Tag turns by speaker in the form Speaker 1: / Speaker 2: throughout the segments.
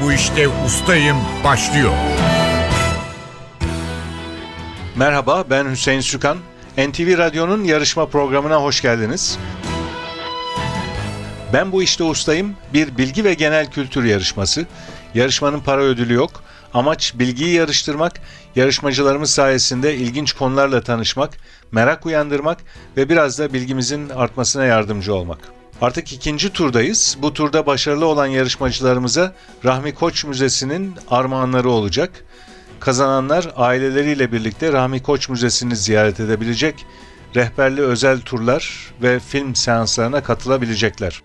Speaker 1: bu işte ustayım başlıyor.
Speaker 2: Merhaba, ben Hüseyin Sükan. NTV Radyo'nun yarışma programına hoş geldiniz. Ben bu işte ustayım bir bilgi ve genel kültür yarışması. Yarışmanın para ödülü yok. Amaç bilgiyi yarıştırmak, yarışmacılarımız sayesinde ilginç konularla tanışmak, merak uyandırmak ve biraz da bilgimizin artmasına yardımcı olmak. Artık ikinci turdayız. Bu turda başarılı olan yarışmacılarımıza Rahmi Koç Müzesi'nin armağanları olacak. Kazananlar aileleriyle birlikte Rahmi Koç Müzesi'ni ziyaret edebilecek, rehberli özel turlar ve film seanslarına katılabilecekler.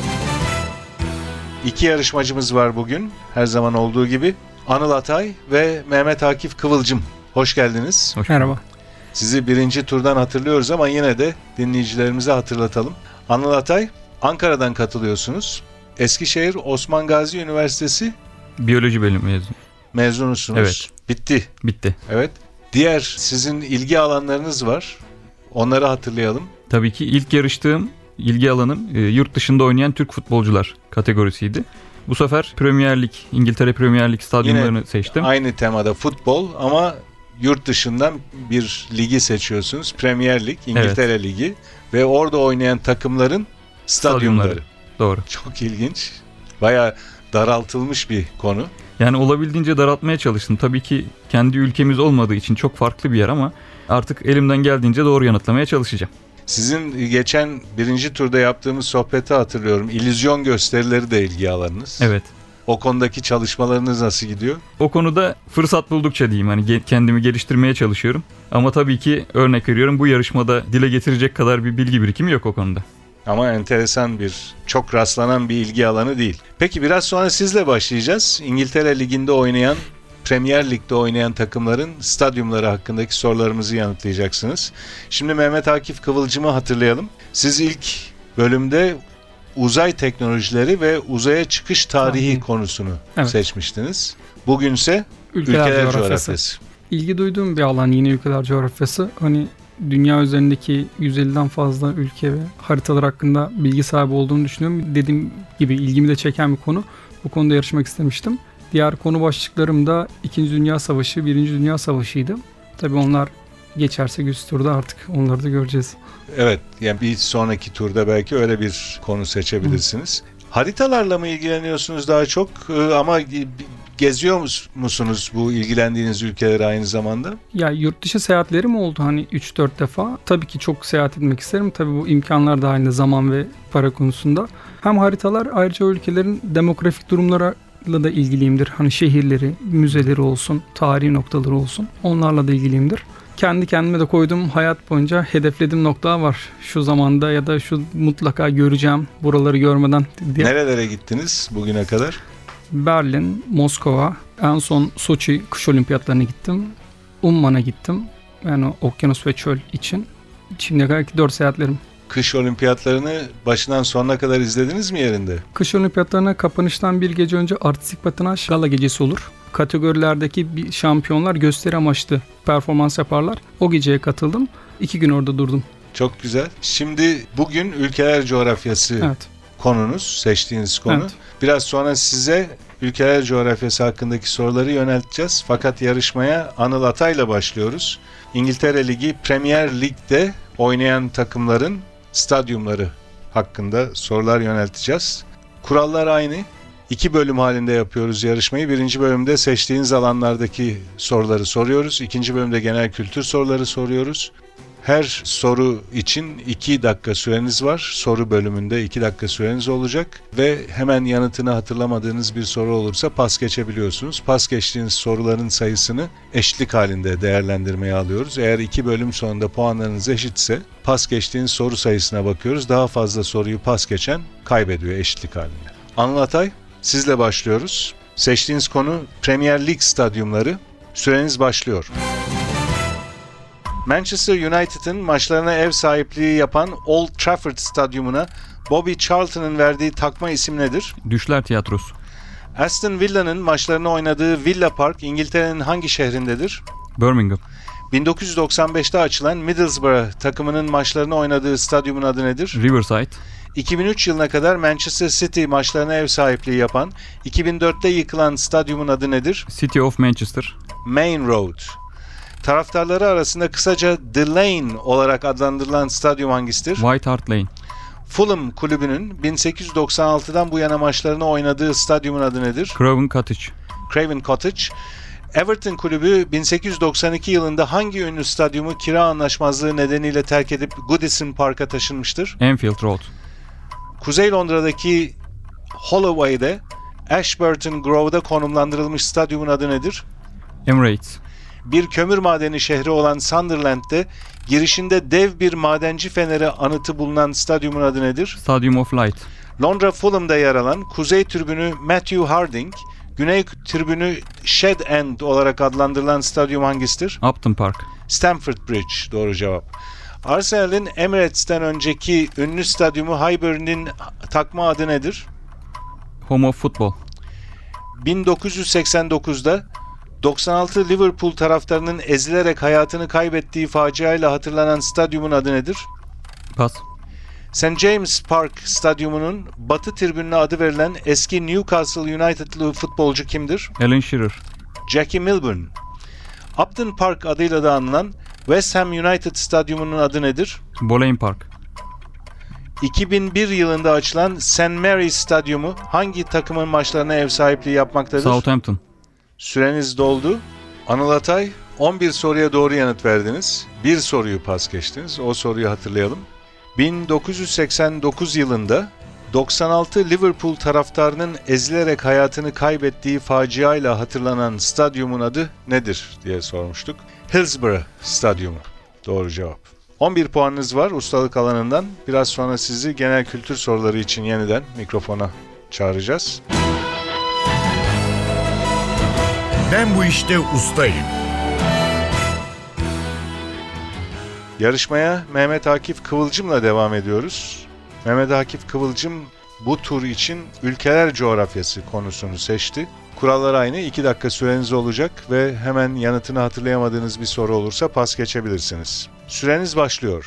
Speaker 2: İki yarışmacımız var bugün, her zaman olduğu gibi. Anıl Atay ve Mehmet Akif Kıvılcım. Hoş geldiniz.
Speaker 3: Merhaba.
Speaker 2: Sizi birinci turdan hatırlıyoruz ama yine de dinleyicilerimize hatırlatalım. Anıl Atay, Ankara'dan katılıyorsunuz. Eskişehir Osman Gazi Üniversitesi
Speaker 3: Biyoloji bölümü
Speaker 2: mezunusunuz.
Speaker 3: Evet.
Speaker 2: Bitti. Evet. Diğer sizin ilgi alanlarınız var. Onları hatırlayalım.
Speaker 3: Tabii ki ilk yarıştığım ilgi alanım yurt dışında oynayan Türk futbolcular kategorisiydi. Bu sefer Premier Lig, İngiltere Premier Lig stadyumlarını
Speaker 2: Yine
Speaker 3: seçtim.
Speaker 2: Aynı temada futbol ama yurt dışından bir ligi seçiyorsunuz. Premier Lig, İngiltere Ligi ve orada oynayan takımların stadyumları.
Speaker 3: Doğru.
Speaker 2: Çok ilginç. Bayağı daraltılmış bir konu.
Speaker 3: Yani olabildiğince daraltmaya çalıştım. Tabii ki kendi ülkemiz olmadığı için çok farklı bir yer ama artık elimden geldiğince doğru yanıtlamaya çalışacağım.
Speaker 2: Sizin geçen birinci turda yaptığımız sohbeti hatırlıyorum. İllüzyon gösterileri de ilgi alanınız.
Speaker 3: Evet.
Speaker 2: O konudaki çalışmalarınız nasıl gidiyor?
Speaker 3: O konuda fırsat buldukça diyeyim hani kendimi geliştirmeye çalışıyorum. Ama tabii ki örnek veriyorum bu yarışmada dile getirecek kadar bir bilgi birikimi yok o konuda.
Speaker 2: Ama enteresan çok rastlanan bir ilgi alanı değil. Peki biraz sonra sizle başlayacağız. İngiltere Ligi'nde oynayan, Premier Lig'de oynayan takımların stadyumları hakkındaki sorularımızı yanıtlayacaksınız. Şimdi Mehmet Akif Kıvılcım'ı hatırlayalım. Siz ilk bölümde uzay teknolojileri ve uzaya çıkış tarihi konusunu seçmiştiniz. Bugünse ülkeler coğrafyası.
Speaker 4: İlgi duyduğum bir alan yine ülkeler coğrafyası. Hani dünya üzerindeki 150'den fazla ülke ve haritalar hakkında bilgi sahibi olduğunu düşünüyorum. Dediğim gibi ilgimi de çeken bir konu. Bu konuda yarışmak istemiştim. Diğer konu başlıklarım da 2. Dünya Savaşı, 1. Dünya Savaşı'ydı. Tabii onlar geçerse üst turda artık onları da göreceğiz.
Speaker 2: Evet, yani bir sonraki turda belki öyle bir konu seçebilirsiniz. Haritalarla mı ilgileniyorsunuz daha çok ama geziyor musunuz bu ilgilendiğiniz ülkeleri aynı zamanda?
Speaker 4: Ya yurt dışı seyahatlerim oldu hani 3-4 defa. Tabii ki çok seyahat etmek isterim. Tabii bu imkanlar dahilinde zaman ve para konusunda. Hem haritalar ayrıca ülkelerin demografik durumlarıyla da ilgiliyimdir. Hani şehirleri, müzeleri olsun, tarihi noktaları olsun. Onlarla da ilgiliyimdir. Kendi kendime de koyduğum hayat boyunca hedeflediğim noktalar var. Şu zamanda ya da şu mutlaka göreceğim buraları görmeden diye.
Speaker 2: Nerelere gittiniz bugüne kadar?
Speaker 4: Berlin, Moskova, en son Soçi kış olimpiyatlarına gittim. Umman'a gittim. Yani okyanus ve çöl için. Şimdiye kadar 4 seyahatlerim.
Speaker 2: Kış olimpiyatlarını başından sonuna kadar izlediniz mi yerinde?
Speaker 4: Kış olimpiyatlarına kapanıştan bir gece önce artistik patinaj gala gecesi olur. Kategorilerdeki şampiyonlar gösteri amaçlı performans yaparlar. O geceye katıldım. 2 gün orada durdum.
Speaker 2: Çok güzel. Şimdi bugün ülkeler coğrafyası konunuz, seçtiğiniz konu. Evet. Biraz sonra size ülkeler coğrafyası hakkındaki soruları yönelteceğiz. Fakat yarışmaya Anıl Atay'la başlıyoruz. İngiltere Ligi, Premier Lig'de oynayan takımların stadyumları hakkında sorular yönelteceğiz. Kurallar aynı. 2 bölüm halinde yapıyoruz yarışmayı. 1. bölümde seçtiğiniz alanlardaki soruları soruyoruz. 2. bölümde genel kültür soruları soruyoruz. Her soru için 2 dakika süreniz var. Soru bölümünde 2 dakika süreniz olacak. Ve hemen yanıtını hatırlamadığınız bir soru olursa pas geçebiliyorsunuz. Pas geçtiğiniz soruların sayısını eşitlik halinde değerlendirmeye alıyoruz. Eğer 2 bölüm sonunda puanlarınız eşitse pas geçtiğiniz soru sayısına bakıyoruz. Daha fazla soruyu pas geçen kaybediyor eşitlik halinde. Anıl Atay, sizle başlıyoruz. Seçtiğiniz konu Premier Lig stadyumları. Süreniz başlıyor. Manchester United'ın maçlarına ev sahipliği yapan Old Trafford Stadyumuna Bobby Charlton'ın verdiği takma isim nedir?
Speaker 3: Düşler Tiyatrosu.
Speaker 2: Aston Villa'nın maçlarını oynadığı Villa Park İngiltere'nin hangi şehrindedir?
Speaker 3: Birmingham.
Speaker 2: 1995'te açılan Middlesbrough takımının maçlarını oynadığı stadyumun adı nedir?
Speaker 3: Riverside.
Speaker 2: 2003 yılına kadar Manchester City maçlarına ev sahipliği yapan, 2004'te yıkılan stadyumun adı nedir?
Speaker 3: City of Manchester.
Speaker 2: Main Road. Taraftarları arasında kısaca The Lane olarak adlandırılan stadyum hangisidir?
Speaker 3: White Hart Lane.
Speaker 2: Fulham kulübünün 1896'dan bu yana maçlarını oynadığı stadyumun adı nedir?
Speaker 3: Craven Cottage.
Speaker 2: Craven Cottage. Everton kulübü 1892 yılında hangi ünlü stadyumu kira anlaşmazlığı nedeniyle terk edip Goodison Park'a taşınmıştır?
Speaker 3: Enfield Road.
Speaker 2: Kuzey Londra'daki Holloway'de Ashburton Grove'da konumlandırılmış stadyumun adı nedir?
Speaker 3: Emirates.
Speaker 2: Bir kömür madeni şehri olan Sunderland'de girişinde dev bir madenci feneri anıtı bulunan stadyumun adı nedir?
Speaker 3: Stadium of Light.
Speaker 2: Londra Fulham'da yer alan kuzey tribünü Matthew Harding, güney tribünü Shed End olarak adlandırılan stadyum hangisidir?
Speaker 3: Upton Park.
Speaker 2: Stamford Bridge doğru cevap. Arsenal'in Emirates'ten önceki ünlü stadyumu Highbury'nin takma adı nedir?
Speaker 3: Home of Football.
Speaker 2: 1989'da 96 Liverpool taraftarının ezilerek hayatını kaybettiği faciayla hatırlanan stadyumun adı nedir?
Speaker 3: Pas.
Speaker 2: St. James Park Stadyumu'nun batı tribününe adı verilen eski Newcastle United'lı futbolcu kimdir?
Speaker 3: Alan Shearer.
Speaker 2: Jackie Milburn. Upton Park adıyla da anılan West Ham United Stadyumu'nun adı nedir?
Speaker 3: Boleyn Park.
Speaker 2: 2001 yılında açılan St. Mary's Stadyumu hangi takımın maçlarına ev sahipliği yapmaktadır?
Speaker 3: Southampton.
Speaker 2: Süreniz doldu. Anıl Atay, 11 soruya doğru yanıt verdiniz. Bir soruyu pas geçtiniz. O soruyu hatırlayalım. 1989 yılında 96 Liverpool taraftarının ezilerek hayatını kaybettiği faciayla hatırlanan stadyumun adı nedir diye sormuştuk. Hillsborough Stadyumu. Doğru cevap. 11 puanınız var ustalık alanından. Biraz sonra sizi genel kültür soruları için yeniden mikrofona çağıracağız.
Speaker 1: Ben bu işte ustayım.
Speaker 2: Yarışmaya Mehmet Akif Kıvılcım'la devam ediyoruz. Mehmet Akif Kıvılcım bu tur için ülkeler coğrafyası konusunu seçti. Kurallar aynı. 2 dakika süreniz olacak ve hemen yanıtını hatırlayamadığınız bir soru olursa pas geçebilirsiniz. Süreniz başlıyor.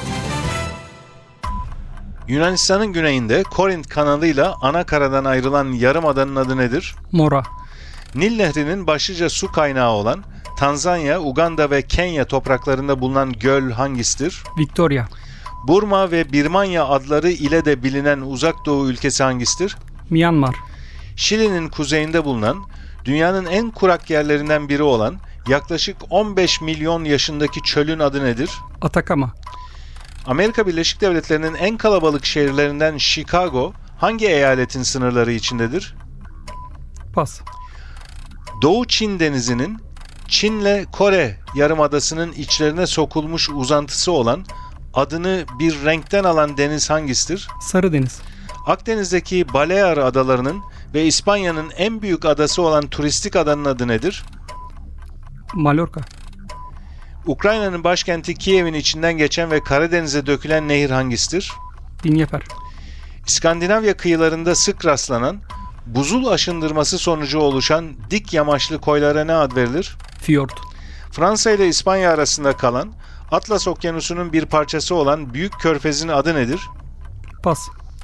Speaker 2: Yunanistan'ın güneyinde Korint kanalıyla ana karadan ayrılan yarımadanın adı nedir?
Speaker 4: Mora.
Speaker 2: Nil Nehri'nin başlıca su kaynağı olan Tanzanya, Uganda ve Kenya topraklarında bulunan göl hangisidir?
Speaker 4: Victoria.
Speaker 2: Burma ve Birmanya adları ile de bilinen Uzak Doğu ülkesi hangisidir?
Speaker 4: Myanmar.
Speaker 2: Şili'nin kuzeyinde bulunan, dünyanın en kurak yerlerinden biri olan yaklaşık 15 milyon yaşındaki çölün adı nedir?
Speaker 4: Atakama.
Speaker 2: Amerika Birleşik Devletleri'nin en kalabalık şehirlerinden Chicago hangi eyaletin sınırları içindedir?
Speaker 4: Pas.
Speaker 2: Doğu Çin Denizi'nin Çin'le Kore Yarımadası'nın içlerine sokulmuş uzantısı olan, adını bir renkten alan deniz hangisidir?
Speaker 4: Sarıdeniz.
Speaker 2: Akdeniz'deki Balear Adaları'nın ve İspanya'nın en büyük adası olan turistik adanın adı nedir?
Speaker 4: Mallorca.
Speaker 2: Ukrayna'nın başkenti Kiev'in içinden geçen ve Karadeniz'e dökülen nehir hangisidir?
Speaker 4: Dinyeper.
Speaker 2: İskandinavya kıyılarında sık rastlanan, buzul aşındırması sonucu oluşan dik yamaçlı koylara ne ad verilir?
Speaker 4: Fiyord.
Speaker 2: Fransa ile İspanya arasında kalan, Atlas Okyanusu'nun bir parçası olan Büyük Körfez'in adı nedir?
Speaker 4: Pas.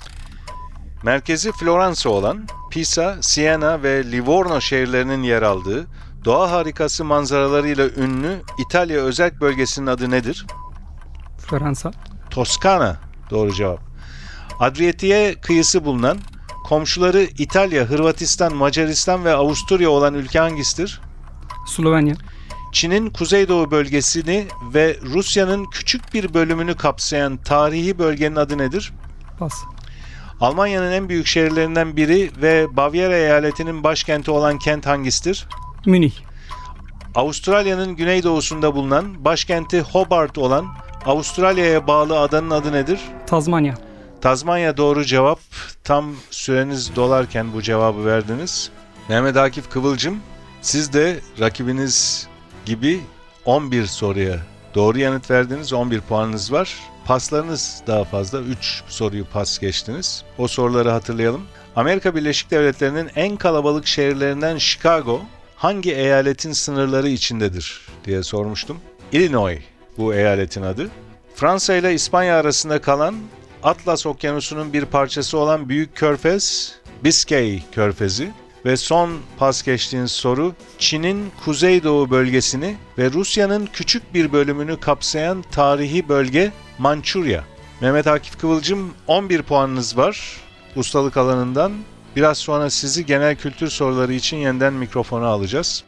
Speaker 2: Merkezi Floransa olan, Pisa, Siena ve Livorno şehirlerinin yer aldığı, doğa harikası manzaralarıyla ünlü İtalya özerk bölgesinin adı nedir?
Speaker 4: Floransa.
Speaker 2: Toskana. Doğru cevap. Adriyatik'e kıyısı bulunan, komşuları İtalya, Hırvatistan, Macaristan ve Avusturya olan ülke hangisidir?
Speaker 4: Slovenya.
Speaker 2: Çin'in kuzeydoğu bölgesini ve Rusya'nın küçük bir bölümünü kapsayan tarihi bölgenin adı nedir?
Speaker 4: Pas.
Speaker 2: Almanya'nın en büyük şehirlerinden biri ve Bavyera eyaletinin başkenti olan kent hangisidir?
Speaker 4: Münih.
Speaker 2: Avustralya'nın güneydoğusunda bulunan, başkenti Hobart olan, Avustralya'ya bağlı adanın adı nedir?
Speaker 4: Tazmanya.
Speaker 2: Tazmanya doğru cevap. Tam süreniz dolarken bu cevabı verdiniz. Mehmet Akif Kıvılcım, siz de rakibiniz gibi 11 soruya doğru yanıt verdiniz. 11 puanınız var. Paslarınız daha fazla. 3 soruyu pas geçtiniz. O soruları hatırlayalım. Amerika Birleşik Devletleri'nin en kalabalık şehirlerinden Chicago hangi eyaletin sınırları içindedir diye sormuştum. Illinois bu eyaletin adı. Fransa ile İspanya arasında kalan Atlas Okyanusu'nun bir parçası olan Büyük Körfez, Biscay Körfezi. Ve son pas geçtiğiniz soru, Çin'in kuzeydoğu bölgesini ve Rusya'nın küçük bir bölümünü kapsayan tarihi bölge Mançurya. Mehmet Akif Kıvılcım, 11 puanınız var ustalık alanından. Biraz sonra sizi genel kültür soruları için yeniden mikrofona alacağız.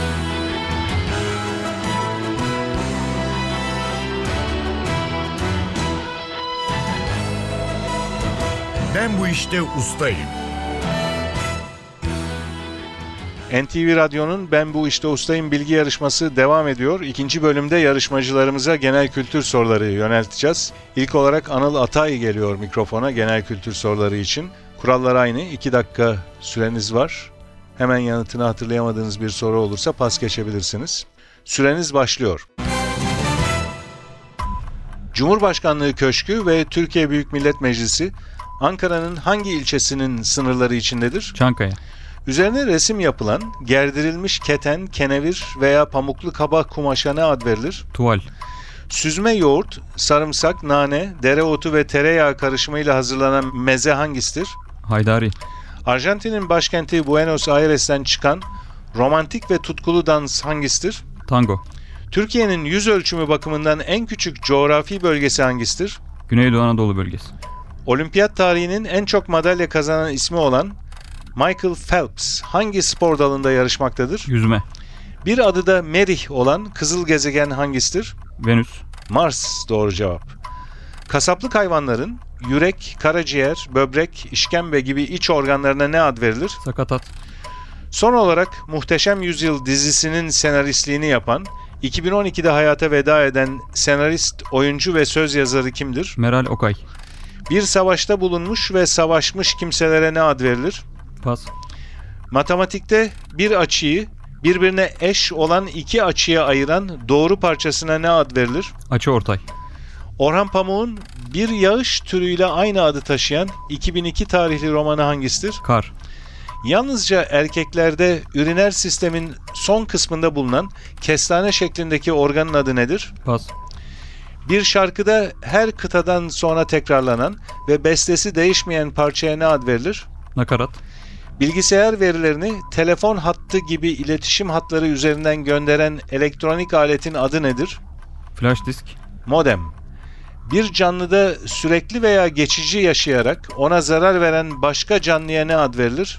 Speaker 1: Ben bu işte ustayım.
Speaker 2: NTV Radyo'nun Ben Bu İşte Ustayım bilgi yarışması devam ediyor. İkinci bölümde yarışmacılarımıza genel kültür soruları yönelteceğiz. İlk olarak Anıl Atay geliyor mikrofona genel kültür soruları için. Kurallar aynı. 2 dakika süreniz var. Hemen yanıtını hatırlayamadığınız bir soru olursa pas geçebilirsiniz. Süreniz başlıyor. Cumhurbaşkanlığı Köşkü ve Türkiye Büyük Millet Meclisi Ankara'nın hangi ilçesinin sınırları içindedir?
Speaker 3: Çankaya.
Speaker 2: Üzerine resim yapılan, gerdirilmiş keten, kenevir veya pamuklu kaba kumaşa ne ad verilir?
Speaker 3: Tuval.
Speaker 2: Süzme yoğurt, sarımsak, nane, dereotu ve tereyağı karışımıyla hazırlanan meze hangisidir?
Speaker 3: Haydari.
Speaker 2: Arjantin'in başkenti Buenos Aires'ten çıkan romantik ve tutkulu dans hangisidir?
Speaker 3: Tango.
Speaker 2: Türkiye'nin yüz ölçümü bakımından en küçük coğrafi bölgesi hangisidir?
Speaker 3: Güneydoğu Anadolu bölgesi.
Speaker 2: Olimpiyat tarihinin en çok madalya kazanan ismi olan Michael Phelps hangi spor dalında yarışmaktadır?
Speaker 3: Yüzme.
Speaker 2: Bir adı da Merih olan kızıl gezegen hangisidir?
Speaker 3: Venüs.
Speaker 2: Mars doğru cevap. Kasaplık hayvanların yürek, karaciğer, böbrek, işkembe gibi iç organlarına ne ad verilir?
Speaker 3: Sakatat.
Speaker 2: Son olarak Muhteşem Yüzyıl dizisinin senaristliğini yapan, 2012'de hayata veda eden senarist, oyuncu ve söz yazarı kimdir?
Speaker 3: Meral Okay.
Speaker 2: Bir savaşta bulunmuş ve savaşmış kimselere ne ad verilir?
Speaker 3: Pas.
Speaker 2: Matematikte bir açıyı birbirine eş olan iki açıya ayıran doğru parçasına ne ad verilir?
Speaker 3: Açıortay.
Speaker 2: Orhan Pamuk'un bir yağış türüyle aynı adı taşıyan 2002 tarihli romanı hangisidir?
Speaker 3: Kar.
Speaker 2: Yalnızca erkeklerde üriner sistemin son kısmında bulunan kestane şeklindeki organın adı nedir?
Speaker 3: Pas.
Speaker 2: Bir şarkıda her kıtadan sonra tekrarlanan ve bestesi değişmeyen parçaya ne ad verilir?
Speaker 3: Nakarat.
Speaker 2: Bilgisayar verilerini telefon hattı gibi iletişim hatları üzerinden gönderen elektronik aletin adı nedir?
Speaker 3: Flash disk.
Speaker 2: Modem. Bir canlıda sürekli veya geçici yaşayarak ona zarar veren başka canlıya ne ad verilir?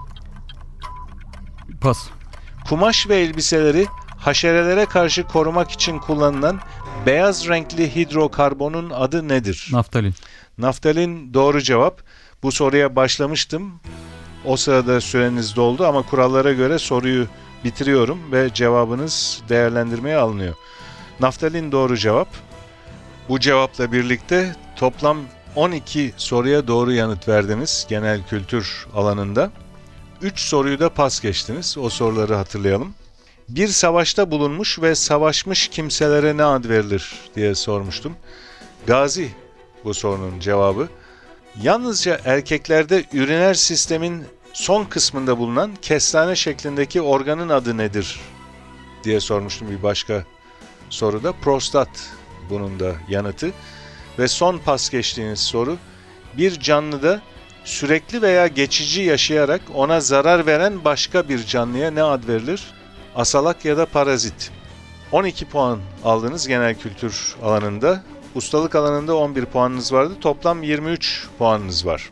Speaker 3: Pas.
Speaker 2: Kumaş ve elbiseleri haşerelere karşı korumak için kullanılan beyaz renkli hidrokarbonun adı nedir?
Speaker 3: Naftalin.
Speaker 2: Naftalin doğru cevap. Bu soruya başlamıştım. O sırada süreniz doldu ama kurallara göre soruyu bitiriyorum ve cevabınız değerlendirmeye alınıyor. Naftalin doğru cevap. Bu cevapla birlikte toplam 12 soruya doğru yanıt verdiniz genel kültür alanında. 3 soruyu da pas geçtiniz. O soruları hatırlayalım. Bir savaşta bulunmuş ve savaşmış kimselere ne ad verilir diye sormuştum. Gazi bu sorunun cevabı. Yalnızca erkeklerde üriner sistemin son kısmında bulunan kestane şeklindeki organın adı nedir diye sormuştum bir başka soruda. Prostat bunun da yanıtı. Ve son pas geçtiğiniz soru, bir canlıda sürekli veya geçici yaşayarak ona zarar veren başka bir canlıya ne ad verilir? Asalak ya da parazit. 12 puan aldınız genel kültür alanında. Ustalık alanında 11 puanınız vardı. Toplam 23 puanınız var.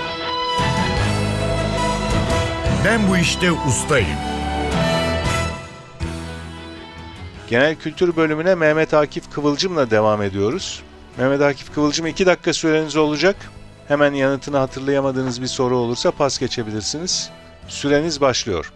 Speaker 1: Ben bu işte ustayım.
Speaker 2: Genel kültür bölümüne Mehmet Akif Kıvılcım'la devam ediyoruz. Mehmet Akif Kıvılcım 2 dakika süreniz olacak. Hemen yanıtını hatırlayamadığınız bir soru olursa pas geçebilirsiniz. Süreniz başlıyor.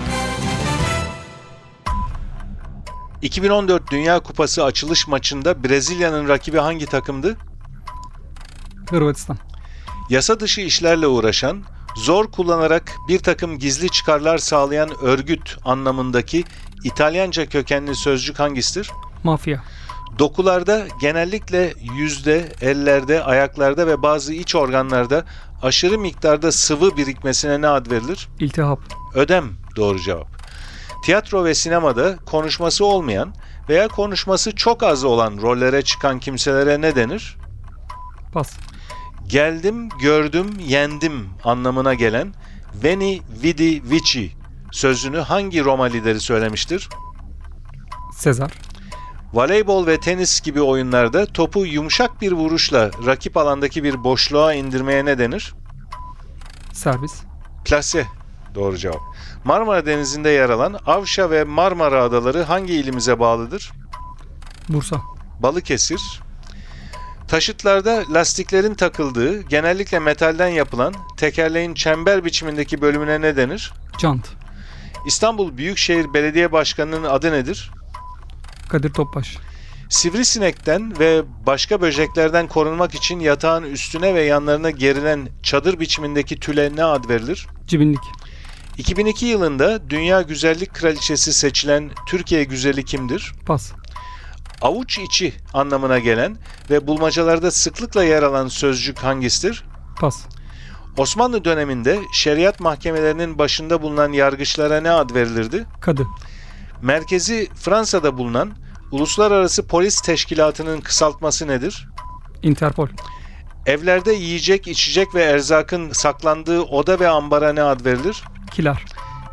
Speaker 2: 2014 Dünya Kupası açılış maçında Brezilya'nın rakibi hangi takımdı?
Speaker 4: Hırvatistan.
Speaker 2: Yasa dışı işlerle uğraşan, zor kullanarak bir takım gizli çıkarlar sağlayan örgüt anlamındaki İtalyanca kökenli sözcük hangisidir?
Speaker 4: Mafya.
Speaker 2: Dokularda genellikle yüzde, ellerde, ayaklarda ve bazı iç organlarda aşırı miktarda sıvı birikmesine ne ad verilir?
Speaker 4: İltihap.
Speaker 2: Ödem doğru cevap. Tiyatro ve sinemada konuşması olmayan veya konuşması çok az olan rollere çıkan kimselere ne denir?
Speaker 4: Pas.
Speaker 2: geldim, gördüm, yendim anlamına gelen Veni, Vidi, Vici sözünü hangi Roma lideri söylemiştir?
Speaker 4: Sezar.
Speaker 2: Voleybol ve tenis gibi oyunlarda topu yumuşak bir vuruşla rakip alandaki bir boşluğa indirmeye ne denir?
Speaker 4: Servis.
Speaker 2: Plase. Doğru cevap. Marmara Denizi'nde yer alan Avşa ve Marmara Adaları hangi ilimize bağlıdır?
Speaker 4: Bursa.
Speaker 2: Balıkesir. Taşıtlarda lastiklerin takıldığı, genellikle metalden yapılan tekerleğin çember biçimindeki bölümüne ne denir?
Speaker 4: Jant.
Speaker 2: İstanbul Büyükşehir Belediye Başkanı'nın adı nedir?
Speaker 4: Kadir Topbaş.
Speaker 2: Sivrisinekten ve başka böceklerden korunmak için yatağın üstüne ve yanlarına gerilen çadır biçimindeki tüle ne ad verilir?
Speaker 4: Cibinlik.
Speaker 2: 2002 yılında Dünya Güzellik Kraliçesi seçilen Türkiye güzeli kimdir?
Speaker 4: Pas.
Speaker 2: Avuç içi anlamına gelen ve bulmacalarda sıklıkla yer alan sözcük hangisidir?
Speaker 4: Pas.
Speaker 2: Osmanlı döneminde şeriat mahkemelerinin başında bulunan yargıçlara ne ad verilirdi?
Speaker 4: Kadı.
Speaker 2: Merkezi Fransa'da bulunan Uluslararası Polis Teşkilatı'nın kısaltması nedir?
Speaker 4: Interpol.
Speaker 2: Evlerde yiyecek, içecek ve erzakın saklandığı oda ve ambara ne ad verilir?
Speaker 4: Kilar.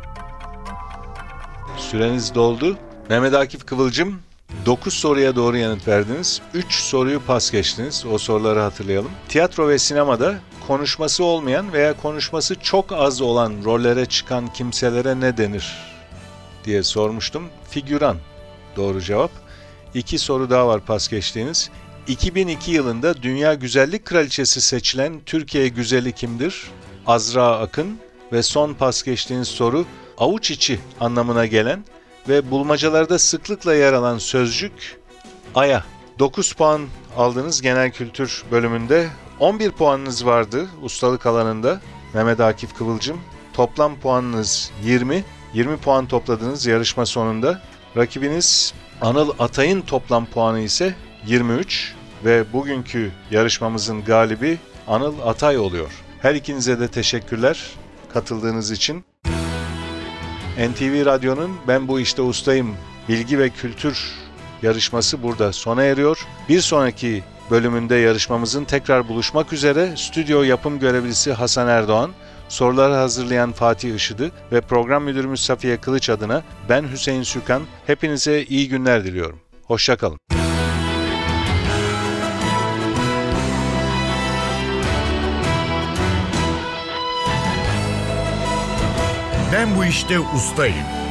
Speaker 2: Süreniz doldu. Mehmet Akif Kıvılcım, 9 soruya doğru yanıt verdiniz. 3 soruyu pas geçtiniz. O soruları hatırlayalım. Tiyatro ve sinemada konuşması olmayan veya konuşması çok az olan rollere çıkan kimselere ne denir diye sormuştum. Figüran. Doğru cevap. 2 soru daha var pas geçtiğiniz. 2002 yılında Dünya Güzellik Kraliçesi seçilen Türkiye güzeli kimdir? Azra Akın. Ve son pas geçtiğiniz soru avuç içi anlamına gelen ve bulmacalarda sıklıkla yer alan sözcük aya. 9 puan aldınız genel kültür bölümünde. 11 puanınız vardı ustalık alanında Mehmet Akif Kıvılcım. Toplam puanınız 20. 20 puan topladınız yarışma sonunda. Rakibiniz Anıl Atay'ın toplam puanı ise 23 ve bugünkü yarışmamızın galibi Anıl Atay oluyor. Her ikinize de teşekkürler katıldığınız için. NTV Radyo'nun Ben Bu İşte Ustayım bilgi ve kültür yarışması burada sona eriyor. Bir sonraki bölümünde yarışmamızın tekrar buluşmak üzere. Stüdyo yapım görevlisi Hasan Erdoğan, soruları hazırlayan Fatih Işıdı ve program müdürümüz Safiye Kılıç adına ben Hüseyin Sükan. Hepinize iyi günler diliyorum. Hoşça kalın.
Speaker 1: Ben bu işte ustayım.